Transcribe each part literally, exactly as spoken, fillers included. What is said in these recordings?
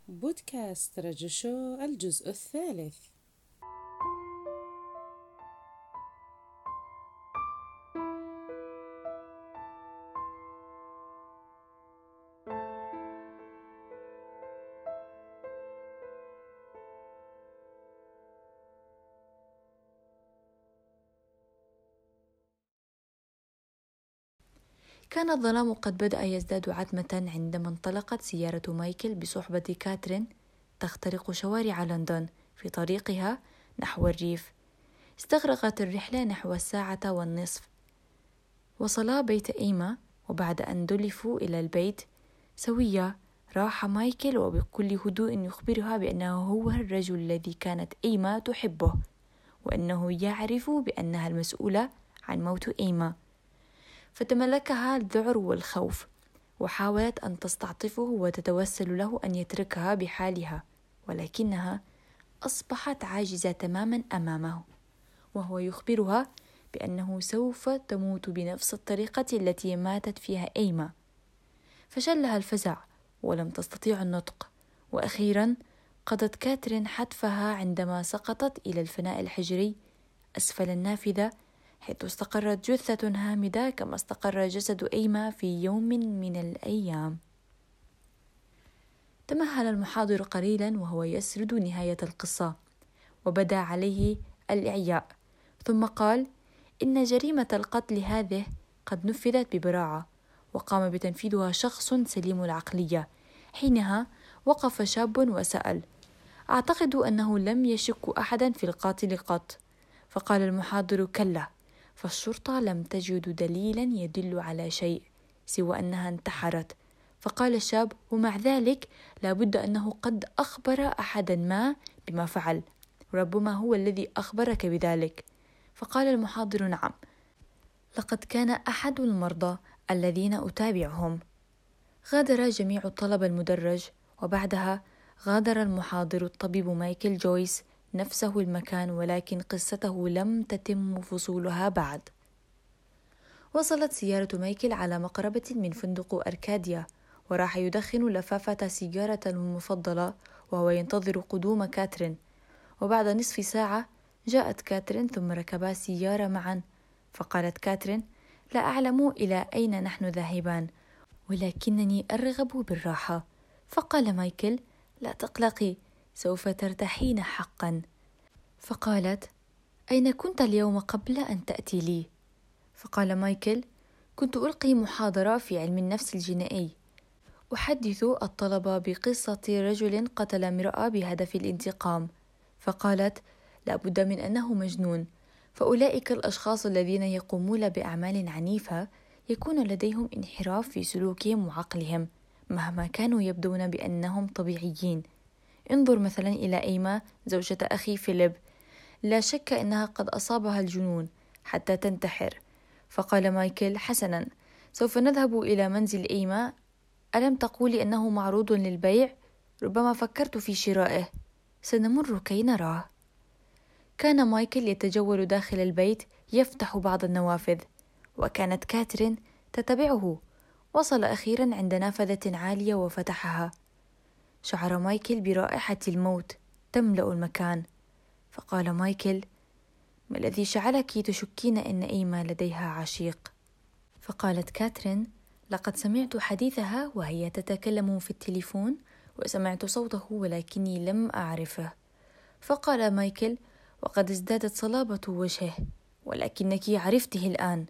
بودكاست رجو شو الجزء الثالث. كان الظلام قد بدأ يزداد عتمة عندما انطلقت سيارة مايكل بصحبة كاترين تخترق شوارع لندن في طريقها نحو الريف. استغرقت الرحلة نحو الساعة والنصف. وصلا بيت إيما، وبعد أن دلفوا إلى البيت سويا راح مايكل وبكل هدوء يخبرها بأنه هو الرجل الذي كانت إيما تحبه، وأنه يعرف بأنها المسؤولة عن موت إيما. فتملكها الذعر والخوف، وحاولت أن تستعطفه وتتوسل له أن يتركها بحالها، ولكنها أصبحت عاجزة تماما أمامه، وهو يخبرها بأنه سوف تموت بنفس الطريقة التي ماتت فيها إيما. فشلها الفزع ولم تستطيع النطق، وأخيرا قضت كاترين حتفها عندما سقطت إلى الفناء الحجري أسفل النافذة، حيث استقرت جثة هامدة كما استقر جسد إيما في يوم من الأيام. تمهل المحاضر قليلا وهو يسرد نهاية القصة، وبدا عليه الإعياء، ثم قال: إن جريمة القتل هذه قد نفذت ببراعة، وقام بتنفيذها شخص سليم العقلية. حينها وقف شاب وسأل: أعتقد أنه لم يشك أحدا في القاتل قط. فقال المحاضر: كلا، فالشرطة لم تجد دليلا يدل على شيء سوى أنها انتحرت. فقال الشاب: ومع ذلك لابد أنه قد أخبر أحدا ما بما فعل، ربما هو الذي أخبرك بذلك. فقال المحاضر: نعم، لقد كان أحد المرضى الذين أتابعهم. غادر جميع الطلبة المدرج، وبعدها غادر المحاضر الطبيب مايكل جويس نفسه المكان، ولكن قصته لم تتم فصولها بعد. وصلت سيارة مايكل على مقربة من فندق أركاديا، وراح يدخن لفافة سيجارة المفضلة وهو ينتظر قدوم كاترين. وبعد نصف ساعة جاءت كاترين، ثم ركبا السيارة معا. فقالت كاترين: لا أعلم إلى أين نحن ذاهبان، ولكنني أرغب بالراحة. فقال مايكل: لا تقلقي، سوف ترتاحين حقا. فقالت: أين كنت اليوم قبل أن تأتي لي؟ فقال مايكل: كنت ألقي محاضرة في علم النفس الجنائي، أحدث الطلبة بقصة رجل قتل امرأة بهدف الانتقام. فقالت: لا بد من أنه مجنون، فأولئك الأشخاص الذين يقومون بأعمال عنيفة يكون لديهم انحراف في سلوكهم وعقلهم مهما كانوا يبدون بأنهم طبيعيين. انظر مثلا إلى إيما زوجة أخي فيليب، لا شك أنها قد أصابها الجنون حتى تنتحر. فقال مايكل: حسنا، سوف نذهب إلى منزل إيما. ألم تقولي أنه معروض للبيع؟ ربما فكرت في شرائه، سنمر كي نراه. كان مايكل يتجول داخل البيت يفتح بعض النوافذ، وكانت كاترين تتبعه. وصل أخيرا عند نافذة عالية وفتحها. شعر مايكل برائحة الموت تملأ المكان. فقال مايكل: ما الذي شعلك تشكين أن إيما لديها عشيق؟ فقالت كاترين: لقد سمعت حديثها وهي تتكلم في التليفون، وسمعت صوته ولكني لم أعرفه. فقال مايكل: وقد ازدادت صلابة وجهه، ولكنك عرفته الآن.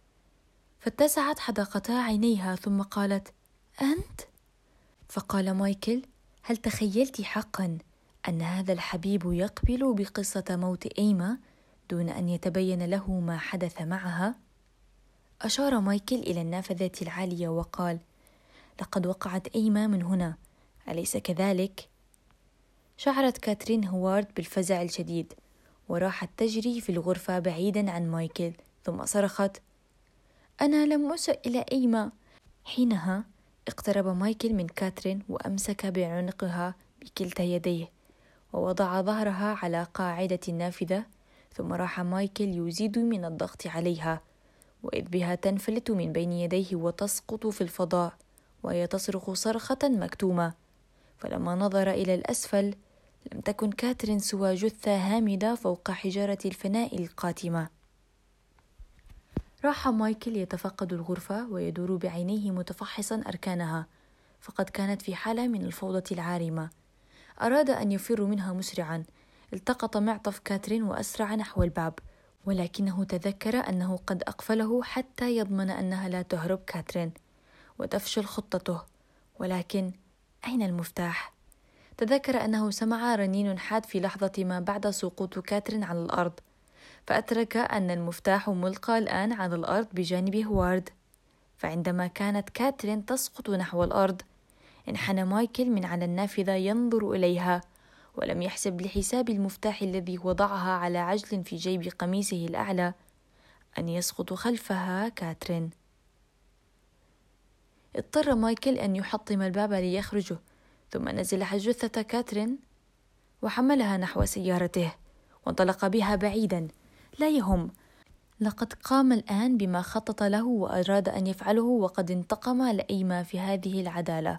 فاتسعت حدقتا عينيها، ثم قالت: أنت؟ فقال مايكل: هل تخيلت حقا أن هذا الحبيب يقبل بقصة موت إيما دون أن يتبين له ما حدث معها؟ أشار مايكل إلى النافذة العالية وقال: لقد وقعت إيما من هنا، أليس كذلك؟ شعرت كاترين هوارد بالفزع الشديد، وراحت تجري في الغرفة بعيدا عن مايكل، ثم صرخت: أنا لم أسأ إلى إيما. حينها اقترب مايكل من كاترين وأمسك بعنقها بكلتا يديه، ووضع ظهرها على قاعدة النافذة. ثم راح مايكل يزيد من الضغط عليها، وإذ بها تنفلت من بين يديه وتسقط في الفضاء، وهي تصرخ صرخة مكتومة. فلما نظر إلى الأسفل لم تكن كاترين سوى جثة هامدة فوق حجارة الفناء القاتمة. راح مايكل يتفقد الغرفة ويدور بعينيه متفحصا أركانها، فقد كانت في حالة من الفوضى العارمة. أراد أن يفر منها مسرعا، التقط معطف كاترين وأسرع نحو الباب، ولكنه تذكر أنه قد أقفله حتى يضمن أنها لا تهرب كاترين وتفشل خطته. ولكن أين المفتاح؟ تذكر أنه سمع رنين حاد في لحظة ما بعد سقوط كاترين على الأرض، فأدرك أن المفتاح ملقى الآن على الأرض بجانب هوارد. فعندما كانت كاترين تسقط نحو الأرض انحنى مايكل من على النافذة ينظر إليها، ولم يحسب لحساب المفتاح الذي وضعها على عجل في جيب قميصه الأعلى أن يسقط خلفها كاترين. اضطر مايكل أن يحطم الباب ليخرجه، ثم نزل جثة كاترين وحملها نحو سيارته وانطلق بها بعيدا. لا يهم، لقد قام الآن بما خطط له وأراد أن يفعله، وقد انتقم لأيما في هذه العدالة.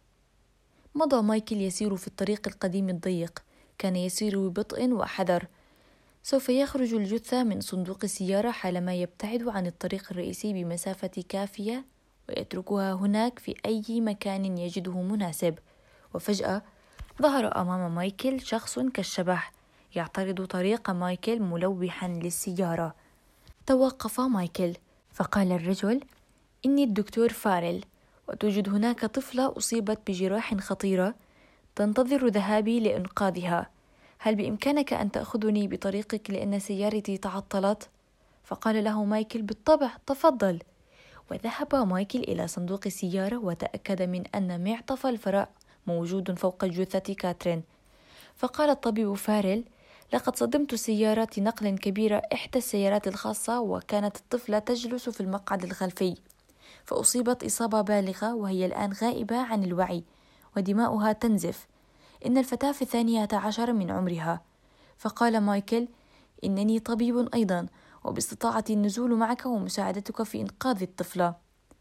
مضى مايكل يسير في الطريق القديم الضيق، كان يسير ببطء وحذر. سوف يخرج الجثة من صندوق السيارة حالما يبتعد عن الطريق الرئيسي بمسافة كافية ويتركها هناك في أي مكان يجده مناسب. وفجأة ظهر أمام مايكل شخص كالشبح يعترض طريق مايكل ملوحا للسيارة. توقف مايكل فقال الرجل: إني الدكتور فارل، وتوجد هناك طفلة أصيبت بجراح خطيرة تنتظر ذهابي لإنقاذها. هل بإمكانك أن تأخذني بطريقك لأن سيارتي تعطلت؟ فقال له مايكل: بالطبع، تفضل. وذهب مايكل إلى صندوق السيارة وتأكد من أن معطف الفرع موجود فوق جثة كاترين. فقال الطبيب فارل: لقد صدمت سيارة نقل كبيرة إحدى السيارات الخاصة، وكانت الطفلة تجلس في المقعد الخلفي، فأصيبت إصابة بالغة وهي الآن غائبة عن الوعي ودماؤها تنزف. إن الفتاة في الثانية عشر من عمرها. فقال مايكل: إنني طبيب أيضا، وباستطاعتي النزول معك ومساعدتك في إنقاذ الطفلة.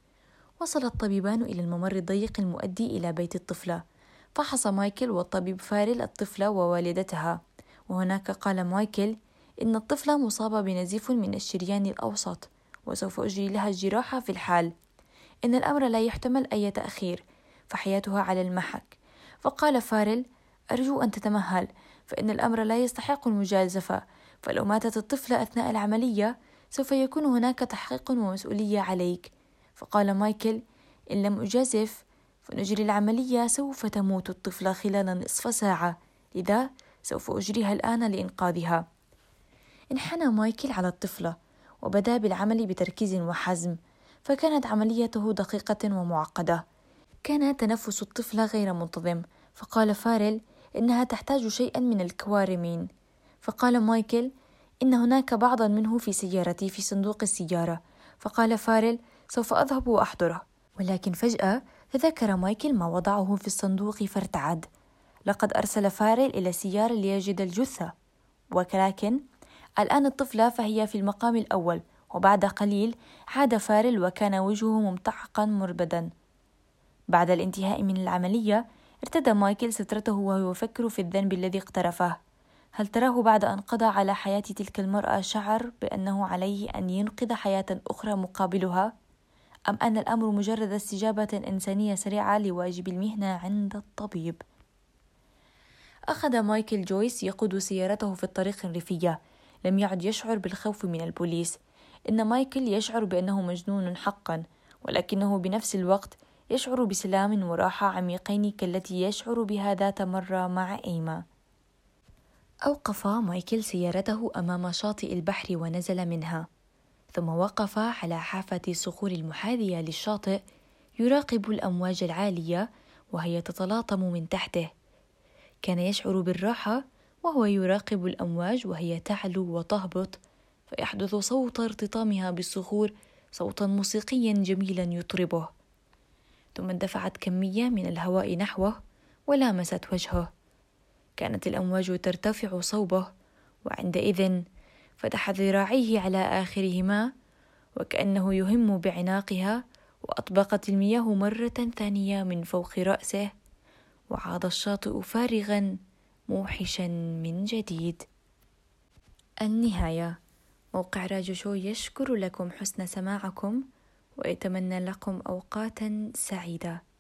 وصل الطبيبان إلى الممر الضيق المؤدي إلى بيت الطفلة. فحص مايكل والطبيب فارل الطفلة ووالدتها، وهناك قال مايكل: إن الطفلة مصابة بنزيف من الشريان الأوسط، وسوف أجري لها الجراحة في الحال. إن الأمر لا يحتمل أي تأخير، فحياتها على المحك. فقال فارل: أرجو أن تتمهل، فإن الأمر لا يستحق المجازفة، فلو ماتت الطفلة أثناء العملية سوف يكون هناك تحقيق ومسؤولية عليك. فقال مايكل: إن لم أجازف فنجري العملية سوف تموت الطفلة خلال نصف ساعة، لذا سوف أجريها الآن لإنقاذها. انحنى مايكل على الطفلة وبدأ بالعمل بتركيز وحزم، فكانت عمليته دقيقة ومعقدة. كان تنفس الطفلة غير منتظم، فقال فارل: إنها تحتاج شيئا من الكوارمين. فقال مايكل: إن هناك بعضا منه في سيارتي في صندوق السيارة. فقال فارل: سوف أذهب وأحضره. ولكن فجأة تذكر مايكل ما وضعه في الصندوق فارتعد. لقد أرسل فارل إلى السيارة ليجد الجثة، ولكن الآن الطفلة فهي في المقام الأول. وبعد قليل عاد فارل وكان وجهه ممتحقا مربدا. بعد الانتهاء من العملية ارتدى مايكل سترته وهو يفكر في الذنب الذي اقترفه. هل تراه بعد أن قضى على حياة تلك المرأة شعر بأنه عليه أن ينقذ حياة أخرى مقابلها؟ أم أن الأمر مجرد استجابة إنسانية سريعة لواجب المهنة عند الطبيب؟ أخذ مايكل جويس يقود سيارته في الطريق الريفية. لم يعد يشعر بالخوف من البوليس. إن مايكل يشعر بأنه مجنون حقا، ولكنه بنفس الوقت يشعر بسلام وراحة عميقين كالتي يشعر بها ذات مرة مع إيما. أوقف مايكل سيارته أمام شاطئ البحر ونزل منها، ثم وقف على حافة الصخور المحاذية للشاطئ يراقب الأمواج العالية وهي تتلاطم من تحته. كان يشعر بالراحة وهو يراقب الأمواج وهي تعلو وتهبط، فيحدث صوت ارتطامها بالصخور صوتا موسيقيا جميلا يطربه. ثم اندفعت كمية من الهواء نحوه ولامست وجهه. كانت الأمواج ترتفع صوبه، وعندئذ فتح ذراعيه على آخرهما وكأنه يهم بعناقها، وأطبقت المياه مرة ثانية من فوق رأسه، وعاد الشاطئ فارغا موحشا من جديد. النهاية. موقع راجو شو يشكر لكم حسن سماعكم ويتمنى لكم أوقاتا سعيدة.